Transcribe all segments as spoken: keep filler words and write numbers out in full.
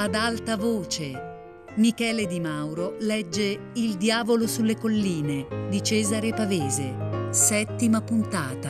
ad alta voce. Michele Di Mauro legge Il diavolo sulle colline di Cesare Pavese, settima puntata.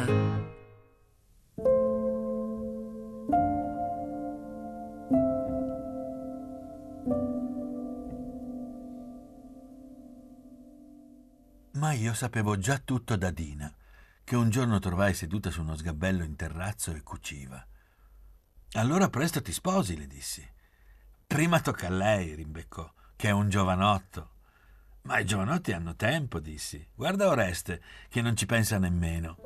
Ma io sapevo già tutto da Dina, che un giorno trovai seduta su uno sgabello in terrazzo e cuciva. «Allora presto ti sposi», le dissi. «Prima tocca a lei», rimbeccò, «che è un giovanotto». «Ma i giovanotti hanno tempo», dissi. «Guarda Oreste, che non ci pensa nemmeno».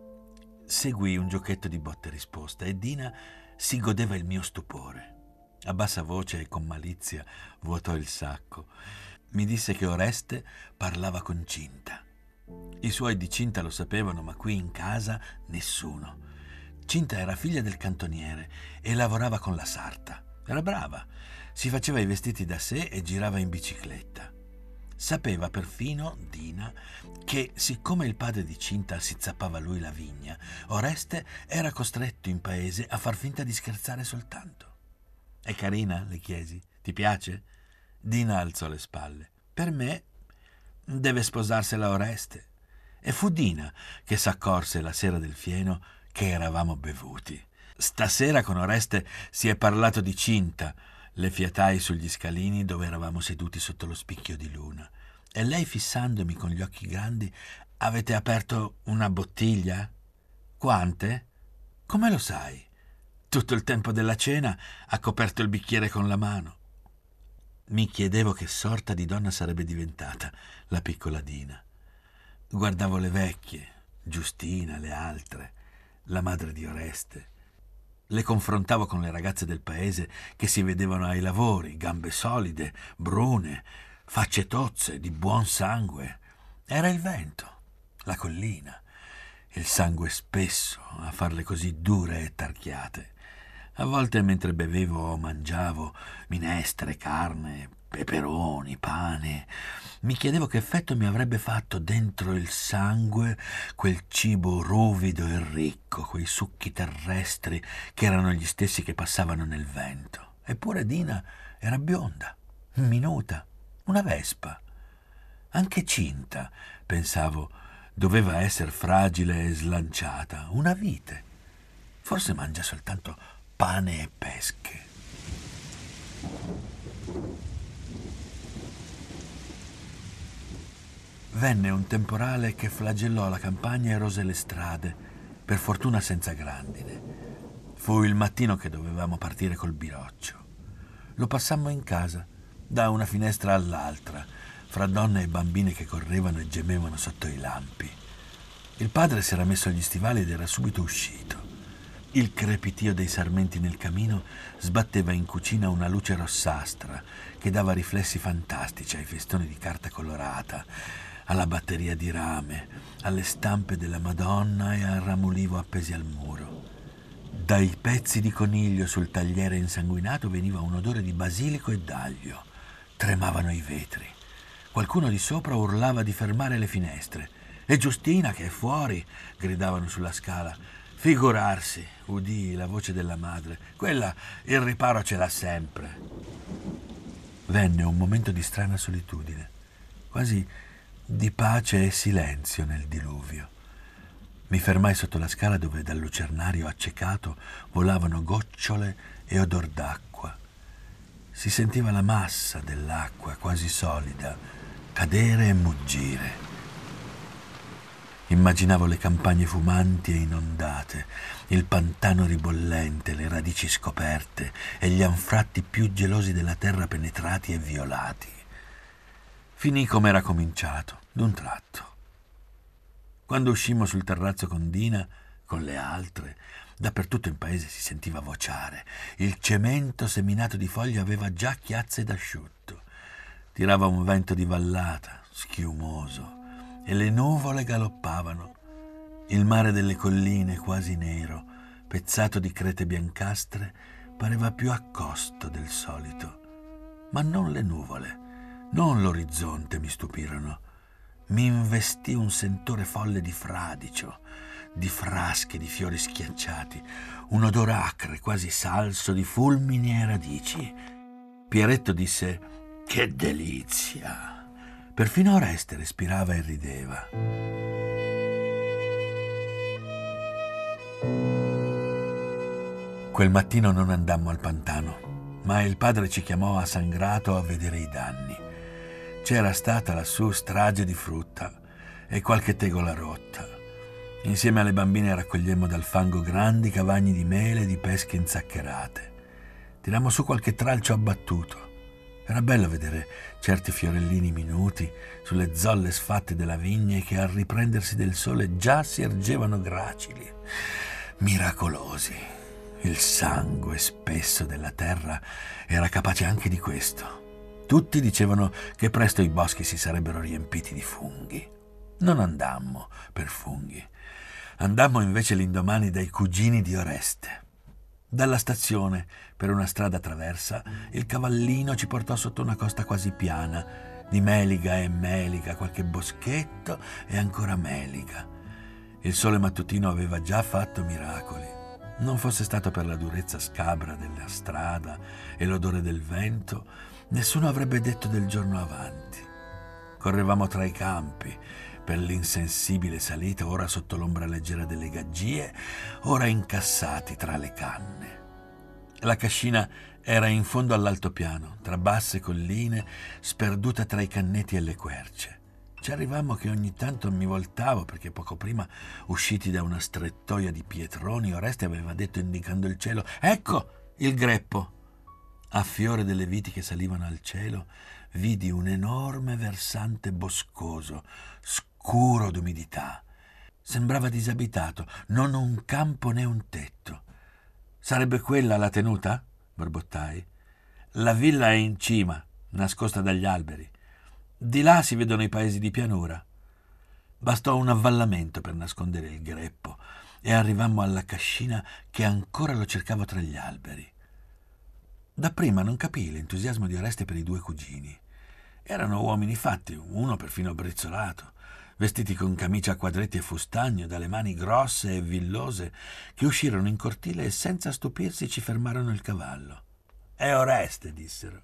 Seguì un giochetto di botte e risposta e Dina si godeva il mio stupore. A bassa voce e con malizia vuotò il sacco. Mi disse che Oreste parlava con Cinta. I suoi di Cinta lo sapevano, ma qui in casa nessuno. Cinta era figlia del cantoniere e lavorava con la sarta. Era brava, si faceva i vestiti da sé e girava in bicicletta. Sapeva perfino, Dina, che siccome il padre di Cinta si zappava lui la vigna, Oreste era costretto in paese a far finta di scherzare soltanto. «È carina?» le chiesi. «Ti piace?» Dina alzò le spalle. «Per me deve sposarsela Oreste». E fu Dina che s'accorse la sera del fieno che eravamo bevuti. «Stasera con Oreste si è parlato di Cinta», le fiatai sugli scalini dove eravamo seduti sotto lo spicchio di luna. E lei, fissandomi con gli occhi grandi: «Avete aperto una bottiglia?» «Quante?» «Come lo sai?» «Tutto il tempo della cena ha coperto il bicchiere con la mano». Mi chiedevo che sorta di donna sarebbe diventata la piccola Dina. Guardavo le vecchie, Giustina, le altre, la madre di Oreste. Le confrontavo con le ragazze del paese che si vedevano ai lavori, gambe solide, brune, facce tozze, di buon sangue. Era il vento, la collina, il sangue spesso a farle così dure e tarchiate. A volte mentre bevevo o mangiavo minestre, carne, peperoni, pane, mi chiedevo che effetto mi avrebbe fatto dentro il sangue quel cibo ruvido e ricco, quei succhi terrestri che erano gli stessi che passavano nel vento. Eppure Dina era bionda, minuta, una vespa. Anche Cinta, pensavo, doveva essere fragile e slanciata, una vite. Forse mangia soltanto pane e pesche. Venne un temporale che flagellò la campagna e rose le strade, per fortuna senza grandine. Fu il mattino che dovevamo partire col biroccio. Lo passammo in casa, da una finestra all'altra, fra donne e bambine che correvano e gemevano sotto i lampi. Il padre si era messo gli stivali ed era subito uscito. Il crepitio dei sarmenti nel camino sbatteva in cucina una luce rossastra che dava riflessi fantastici ai festoni di carta colorata, alla batteria di rame, alle stampe della Madonna e al ramulivo appesi al muro. Dai pezzi di coniglio sul tagliere insanguinato veniva un odore di basilico e d'aglio. Tremavano i vetri. Qualcuno di sopra urlava di fermare le finestre. «E Giustina che è fuori!» gridavano sulla scala. «Figurarsi», udii la voce della madre, «quella il riparo ce l'ha sempre». Venne un momento di strana solitudine, quasi di pace e silenzio nel diluvio. Mi fermai sotto la scala dove dal lucernario accecato volavano gocciole e odor d'acqua. Si sentiva la massa dell'acqua, quasi solida, cadere e muggire. Immaginavo le campagne fumanti e inondate, il pantano ribollente, le radici scoperte e gli anfratti più gelosi della terra penetrati e violati. Finì come era cominciato, d'un tratto. Quando uscimmo sul terrazzo con Dina, con le altre, dappertutto in paese si sentiva vociare. Il cemento seminato di foglie aveva già chiazze d'asciutto. Tirava un vento di vallata, schiumoso, e le nuvole galoppavano. Il mare delle colline, quasi nero, pezzato di crete biancastre, pareva più accosto del solito. Ma non le nuvole, non l'orizzonte mi stupirono. Mi investì un sentore folle di fradicio, di frasche, di fiori schiacciati, un odore acre, quasi salso di fulmini e radici. Pieretto disse: «Che delizia!» Perfino Oreste respirava e rideva. Quel mattino non andammo al pantano, ma il padre ci chiamò a San Grato a vedere i danni. C'era stata lassù strage di frutta e qualche tegola rotta. Insieme alle bambine raccogliemmo dal fango grandi cavagni di mele e di pesche inzaccherate. Tirammo su qualche tralcio abbattuto. Era bello vedere certi fiorellini minuti sulle zolle sfatte della vigne che al riprendersi del sole già si ergevano gracili, miracolosi. Il sangue spesso della terra era capace anche di questo. Tutti dicevano che presto i boschi si sarebbero riempiti di funghi. Non andammo per funghi. Andammo invece l'indomani dai cugini di Oreste. Dalla stazione, per una strada traversa, il cavallino ci portò sotto una costa quasi piana, di meliga e meliga, qualche boschetto e ancora meliga. Il sole mattutino aveva già fatto miracoli. Non fosse stato per la durezza scabra della strada e l'odore del vento, nessuno avrebbe detto del giorno avanti. Correvamo tra i campi, per l'insensibile salita, ora sotto l'ombra leggera delle gaggie, ora incassati tra le canne. La cascina era in fondo all'altopiano, tra basse colline, sperduta tra i canneti e le querce. Ci arrivammo che ogni tanto mi voltavo perché poco prima, usciti da una strettoia di pietroni, Oreste aveva detto indicando il cielo: «Ecco il greppo!» A fiore delle viti che salivano al cielo, vidi un enorme versante boscoso, scuro d'umidità. Sembrava disabitato, non un campo né un tetto. «Sarebbe quella la tenuta?» borbottai. «La villa è in cima, nascosta dagli alberi. Di là si vedono i paesi di pianura». Bastò un avvallamento per nascondere il greppo e arrivammo alla cascina che ancora lo cercavo tra gli alberi. Dapprima non capii l'entusiasmo di Oreste per i due cugini. Erano uomini fatti, uno perfino brizzolato, vestiti con camicia a quadretti e fustagno, dalle mani grosse e villose, che uscirono in cortile e senza stupirsi ci fermarono il cavallo. «È Oreste», dissero.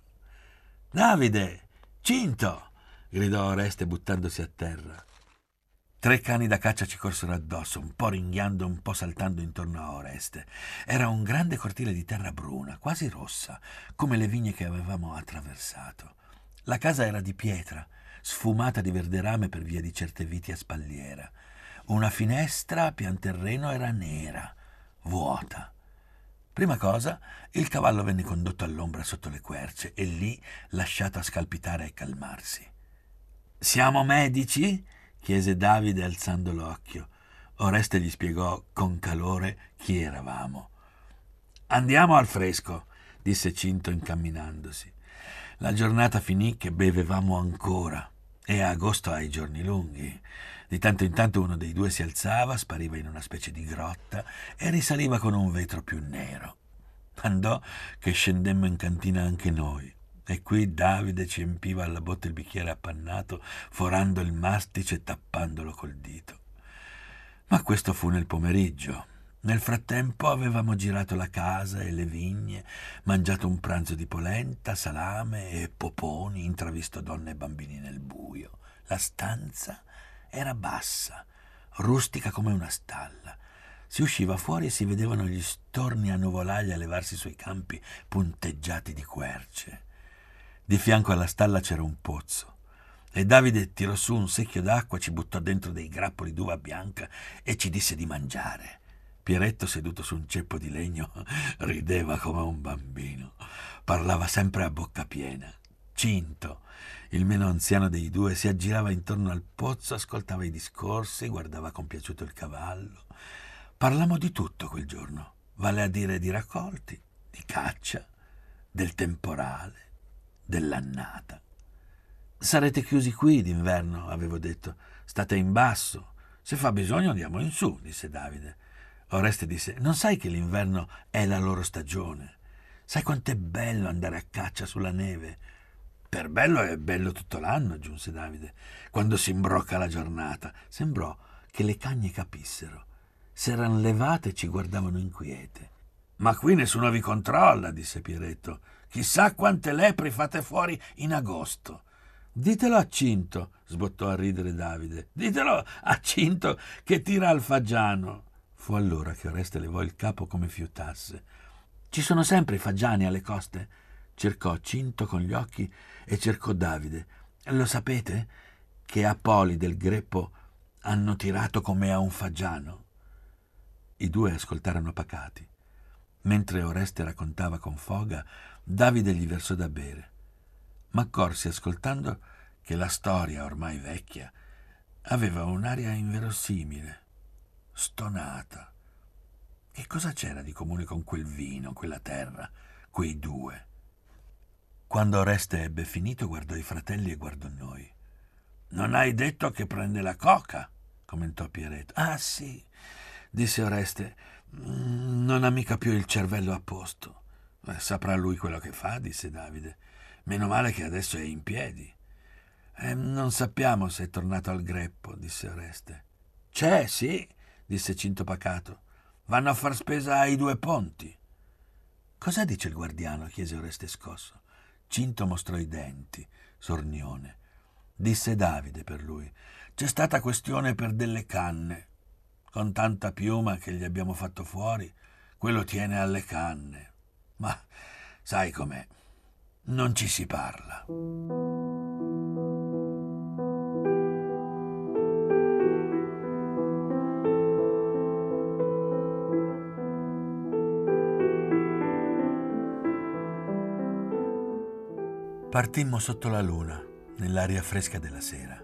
«Davide! Cinto!» gridò Oreste buttandosi a terra. Tre cani da caccia ci corsero addosso, un po' ringhiando, un po' saltando intorno a Oreste. Era un grande cortile di terra bruna, quasi rossa, come le vigne che avevamo attraversato. La casa era di pietra, sfumata di verde rame per via di certe viti a spalliera. Una finestra a pian terreno era nera, vuota. Prima cosa, il cavallo venne condotto all'ombra sotto le querce e lì lasciato a scalpitare e calmarsi. «Siamo medici?» chiese Davide alzando l'occhio. Oreste gli spiegò con calore chi eravamo. «Andiamo al fresco», disse Cinto incamminandosi. La giornata finì che bevevamo ancora e agosto ha i giorni lunghi. Di tanto in tanto uno dei due si alzava, spariva in una specie di grotta e risaliva con un vetro più nero. Andò che scendemmo in cantina anche noi. E qui Davide ci empiva alla botte il bicchiere appannato, forando il mastice e tappandolo col dito. Ma questo fu nel pomeriggio. Nel frattempo avevamo girato la casa e le vigne, mangiato un pranzo di polenta, salame e poponi, intravisto donne e bambini nel buio. La stanza era bassa, rustica come una stalla. Si usciva fuori e si vedevano gli storni a nuvolaglia levarsi sui campi punteggiati di querce. Di fianco alla stalla c'era un pozzo e Davide tirò su un secchio d'acqua, ci buttò dentro dei grappoli d'uva bianca e ci disse di mangiare. Pieretto, seduto su un ceppo di legno, rideva come un bambino. Parlava sempre a bocca piena. Cinto, il meno anziano dei due, si aggirava intorno al pozzo, ascoltava i discorsi, guardava compiaciuto il cavallo. Parlammo di tutto quel giorno, vale a dire di raccolti, di caccia, del temporale, dell'annata. «Sarete chiusi qui d'inverno», avevo detto. «State in basso. Se fa bisogno andiamo in su», disse Davide. Oreste disse: «Non sai che l'inverno è la loro stagione? Sai quant'è bello andare a caccia sulla neve?» «Per bello è bello tutto l'anno», aggiunse Davide. «Quando si imbrocca la giornata». Sembrò che le cagne capissero. S'eran levate e ci guardavano inquiete. «Ma qui nessuno vi controlla», disse Pieretto, Chissà quante lepri fate fuori in agosto. Ditelo a Cinto, sbottò a ridere Davide. Ditelo a Cinto che tira al fagiano. Fu allora che Oreste levò il capo come fiutasse. Ci sono sempre i fagiani alle coste? Cercò Cinto con gli occhi e cercò Davide. Lo sapete che a Poli del Greppo hanno tirato come a un fagiano? I due ascoltarono pacati. Mentre Oreste raccontava con foga, Davide gli versò da bere. Ma accorsi ascoltando che la storia, ormai vecchia, aveva un'aria inverosimile, stonata. Che cosa c'era di comune con quel vino, quella terra, quei due? Quando Oreste ebbe finito, guardò i fratelli e guardò noi. «Non hai detto che prende la coca?» commentò Pieretto. «Ah, sì», disse Oreste. «Non ha mica più il cervello a posto». «Saprà lui quello che fa», disse Davide. «Meno male che adesso è in piedi». Eh, «Non sappiamo se è tornato al Greppo», disse Oreste. «C'è, sì», disse Cinto pacato. «Vanno a far spesa ai due ponti». «Cosa dice il guardiano?» chiese Oreste scosso. Cinto mostrò i denti, sornione. Disse Davide per lui. «C'è stata questione per delle canne. Con tanta piuma che gli abbiamo fatto fuori, quello tiene alle canne. Ma sai com'è, non ci si parla». Partimmo sotto la luna, nell'aria fresca della sera.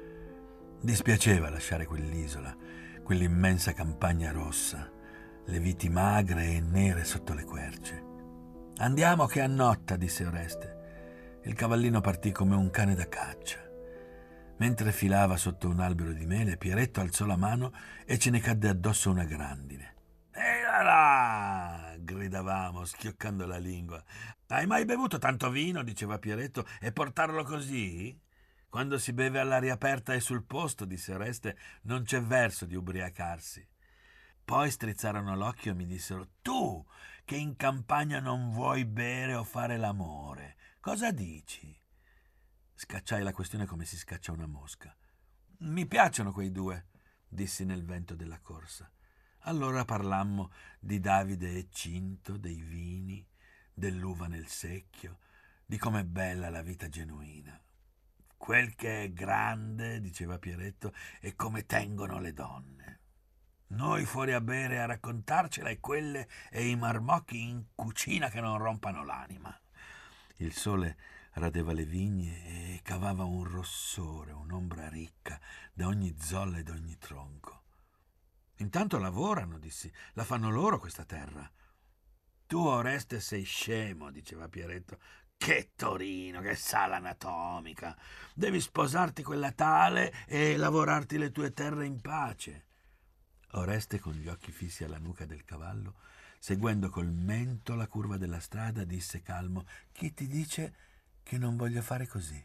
Dispiaceva lasciare quell'isola, quell'immensa campagna rossa, le viti magre e nere sotto le querce. «Andiamo che annotta», disse Oreste. Il cavallino partì come un cane da caccia. Mentre filava sotto un albero di mele, Pieretto alzò la mano e ce ne cadde addosso una grandine. «Ehi là là!» gridavamo, schioccando la lingua. «Hai mai bevuto tanto vino?» diceva Pieretto. «E portarlo così?» «Quando si beve all'aria aperta e sul posto», disse Oreste, «non c'è verso di ubriacarsi». Poi strizzarono l'occhio e mi dissero: «Tu, che in campagna non vuoi bere o fare l'amore, cosa dici?» Scacciai la questione come si scaccia una mosca. «Mi piacciono quei due», dissi nel vento della corsa. Allora parlammo di Davide e Cinto, dei vini, dell'uva nel secchio, di com'è bella la vita genuina. «Quel che è grande», diceva Pieretto, «è come tengono le donne. Noi fuori a bere a raccontarcela e quelle e i marmocchi in cucina che non rompano l'anima». Il sole radeva le vigne e cavava un rossore, un'ombra ricca da ogni zolla e da ogni tronco. «Intanto lavorano», dissi, «la fanno loro questa terra». «Tu, Oreste, sei scemo», diceva Pieretto. «Che Torino, che sala anatomica! Devi sposarti quella tale e lavorarti le tue terre in pace». Oreste, con gli occhi fissi alla nuca del cavallo, seguendo col mento la curva della strada, disse calmo: «Chi ti dice che non voglio fare così?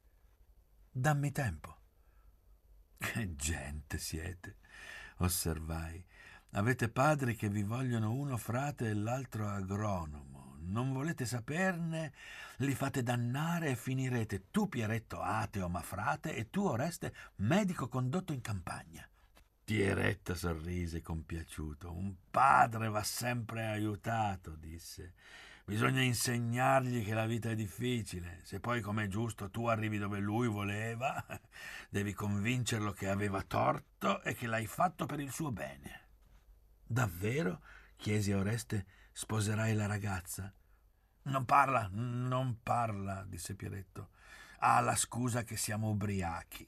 Dammi tempo». «Che gente siete», osservai. «Avete padri che vi vogliono uno frate e l'altro agronomo. Non volete saperne, li fate dannare e finirete tu, Pieretto, ateo ma frate, e tu, Oreste, medico condotto in campagna». Pieretto sorrise compiaciuto. «Un padre va sempre aiutato», disse. «Bisogna insegnargli che la vita è difficile. Se poi, come è giusto, tu arrivi dove lui voleva, devi convincerlo che aveva torto e che l'hai fatto per il suo bene». «Davvero?» chiesi a Oreste. «Sposerai la ragazza?» «Non parla, non parla», disse Pieretto. «Ha la scusa che siamo ubriachi».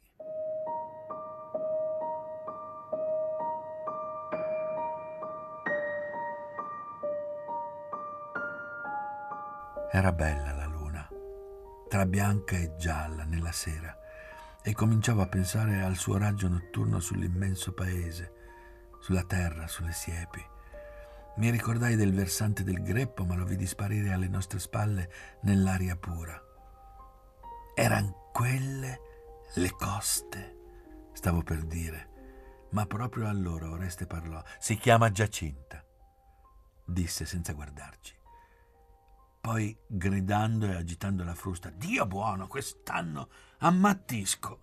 Era bella la luna, tra bianca e gialla nella sera, e cominciavo a pensare al suo raggio notturno sull'immenso paese, sulla terra, sulle siepi. Mi ricordai del versante del Greppo, ma lo vidi sparire alle nostre spalle nell'aria pura. «Eran quelle le coste», stavo per dire, ma proprio allora Oreste parlò. «Si chiama Giacinta», disse senza guardarci. poi gridando e agitando la frusta: «Dio buono, quest'anno ammattisco!»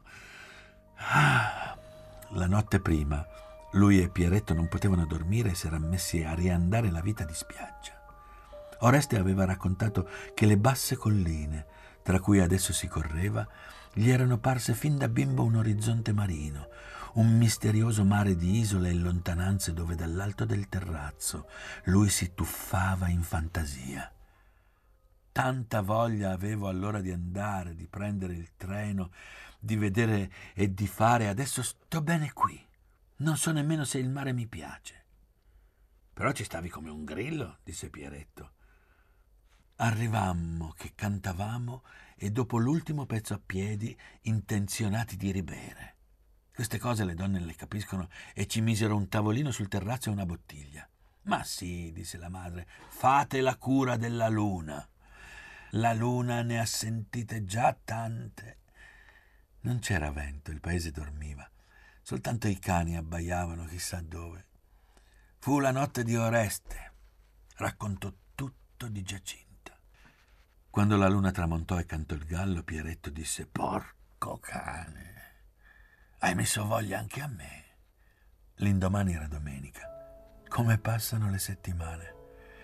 Ah, la notte prima lui e Pieretto non potevano dormire e si erano messi a riandare la vita di spiaggia. Oreste aveva raccontato che le basse colline, tra cui adesso si correva, gli erano parse fin da bimbo un orizzonte marino, un misterioso mare di isole e lontananze dove dall'alto del terrazzo lui si tuffava in fantasia. Tanta voglia avevo allora di andare, di prendere il treno, di vedere e di fare. Adesso sto bene qui. Non so nemmeno se il mare mi piace. «Però ci stavi come un grillo», disse Pieretto. Arrivammo che cantavamo e dopo l'ultimo pezzo a piedi, intenzionati di ribere. Queste cose le donne le capiscono e ci misero un tavolino sul terrazzo e una bottiglia. «Ma sì», disse la madre, «fate la cura della luna. La luna ne ha sentite già tante». Non c'era vento, il paese dormiva. Soltanto i cani abbaiavano chissà dove. Fu la notte di Oreste. Raccontò tutto di Giacinta. Quando la luna tramontò e cantò il gallo, Pieretto disse: «Porco cane, hai messo voglia anche a me». L'indomani era domenica. Come passano le settimane.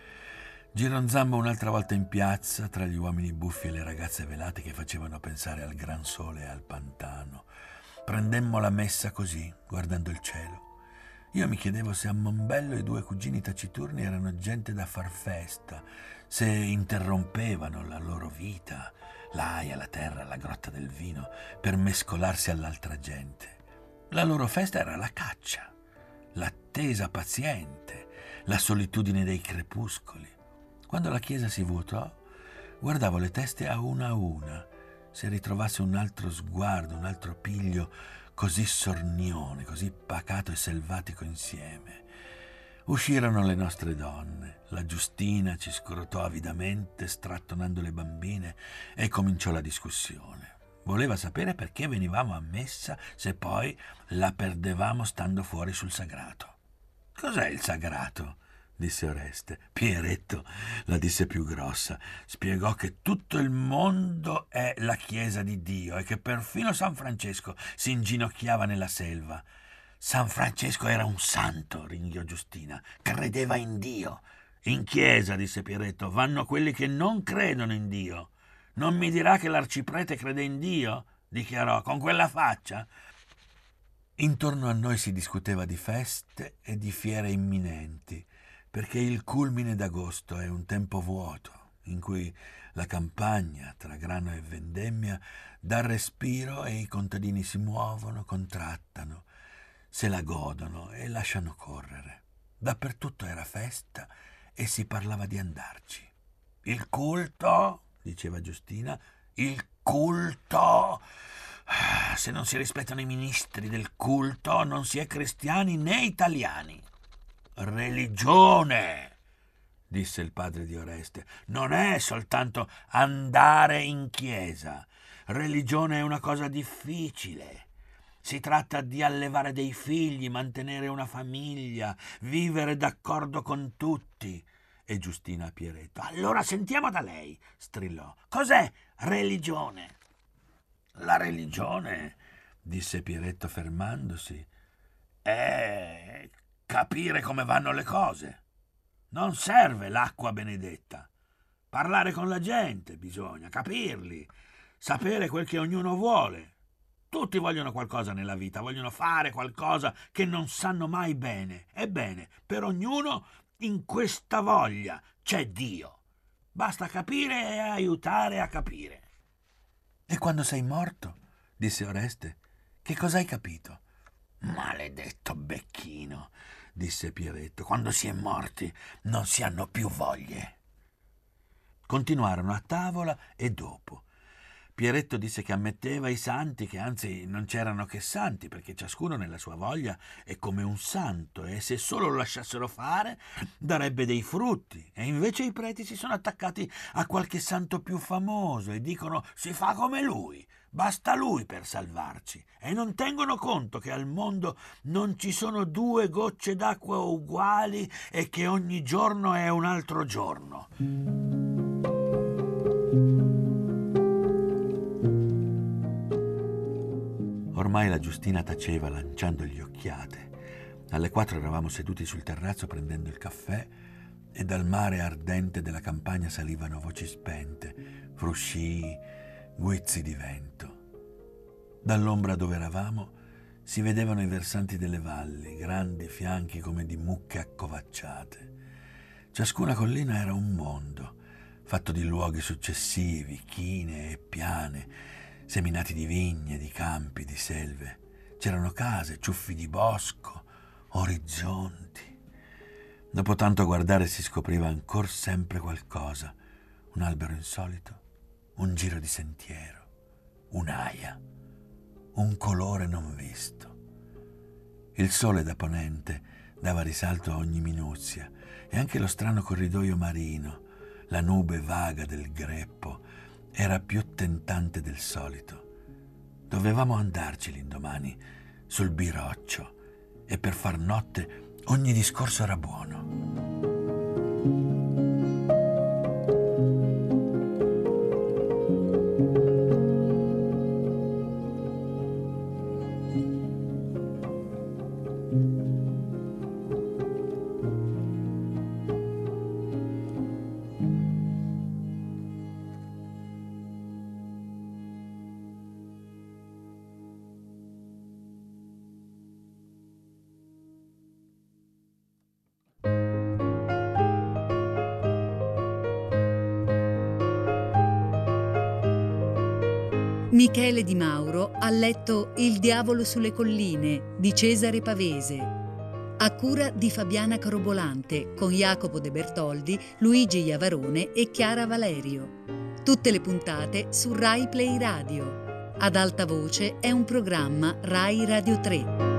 Gironzammo un'altra volta in piazza tra gli uomini buffi e le ragazze velate che facevano pensare al gran sole e al pantano. Prendemmo la messa così, guardando il cielo. Io mi chiedevo se a Mombello i due cugini taciturni erano gente da far festa, se interrompevano la loro vita, l'aia, la terra, la grotta del vino, per mescolarsi all'altra gente. La loro festa era la caccia, l'attesa paziente, la solitudine dei crepuscoli. Quando la chiesa si vuotò, guardavo le teste a una a una, se ritrovasse un altro sguardo, un altro piglio, così sornione, così pacato e selvatico insieme. Uscirono le nostre donne. La Giustina ci scrutò avidamente, strattonando le bambine, e cominciò la discussione. Voleva sapere perché venivamo a messa se poi la perdevamo stando fuori sul sagrato. «Cos'è il sagrato?» disse Oreste. Pieretto la disse più grossa. Spiegò che tutto il mondo è la chiesa di Dio e che perfino San Francesco si inginocchiava nella selva. San Francesco era un santo, ringhiò Giustina. Credeva in Dio. In chiesa, disse Pieretto, vanno quelli che non credono in Dio. Non mi dirà che l'arciprete crede in Dio? Dichiarò con quella faccia. Intorno a noi si discuteva di feste e di fiere imminenti, perché il culmine d'agosto è un tempo vuoto, in cui la campagna, tra grano e vendemmia, dà respiro e i contadini si muovono, contrattano, se la godono e lasciano correre. Dappertutto era festa e si parlava di andarci. «Il culto», diceva Giustina, «il culto! Se non si rispettano i ministri del culto, non si è cristiani né italiani». «Religione», disse il padre di Oreste, «non è soltanto andare in chiesa. Religione è una cosa difficile. Si tratta di allevare dei figli, mantenere una famiglia, vivere d'accordo con tutti». E Giustina a Pieretto: «Allora sentiamo da lei», strillò, «cos'è religione?» «La religione», disse Pieretto fermandosi, «è capire come vanno le cose. Non serve l'acqua benedetta. Parlare con la gente bisogna, capirli, sapere quel che ognuno vuole. Tutti vogliono qualcosa nella vita, vogliono fare qualcosa che non sanno mai bene. Ebbene, per ognuno in questa voglia c'è Dio. Basta capire e aiutare a capire». «E quando sei morto», disse Oreste, «che cosa hai capito?» «Maledetto becchino», disse Pieretto, «quando si è morti non si hanno più voglie». Continuarono a tavola e dopo. Pieretto disse che ammetteva i santi, che anzi non c'erano che santi, perché ciascuno nella sua voglia è come un santo e se solo lo lasciassero fare darebbe dei frutti. E invece i preti si sono attaccati a qualche santo più famoso e dicono si fa come lui, basta lui per salvarci, e non tengono conto che al mondo non ci sono due gocce d'acqua uguali e che ogni giorno è un altro giorno. Ormai la Giustina taceva lanciandogli occhiate. Alle quattro eravamo seduti sul terrazzo prendendo il caffè e dal mare ardente della campagna salivano voci spente, fruscii, guizzi di vento. Dall'ombra dove eravamo si vedevano i versanti delle valli, grandi fianchi come di mucche accovacciate. Ciascuna collina era un mondo, fatto di luoghi successivi, chine e piane, seminati di vigne, di campi, di selve. C'erano case, ciuffi di bosco, orizzonti. Dopo tanto guardare si scopriva ancor sempre qualcosa, un albero insolito, un giro di sentiero, un'aia, un colore non visto. Il sole da ponente dava risalto a ogni minuzia e anche lo strano corridoio marino, la nube vaga del greppo, era più tentante del solito. Dovevamo andarci l'indomani sul biroccio e per far notte ogni discorso era buono. Michele Di Mauro ha letto Il diavolo sulle colline di Cesare Pavese, a cura di Fabiana Carobolante, con Jacopo De Bertoldi, Luigi Iavarone e Chiara Valerio. Tutte le puntate su Rai Play Radio. Ad alta voce è un programma Rai Radio tre.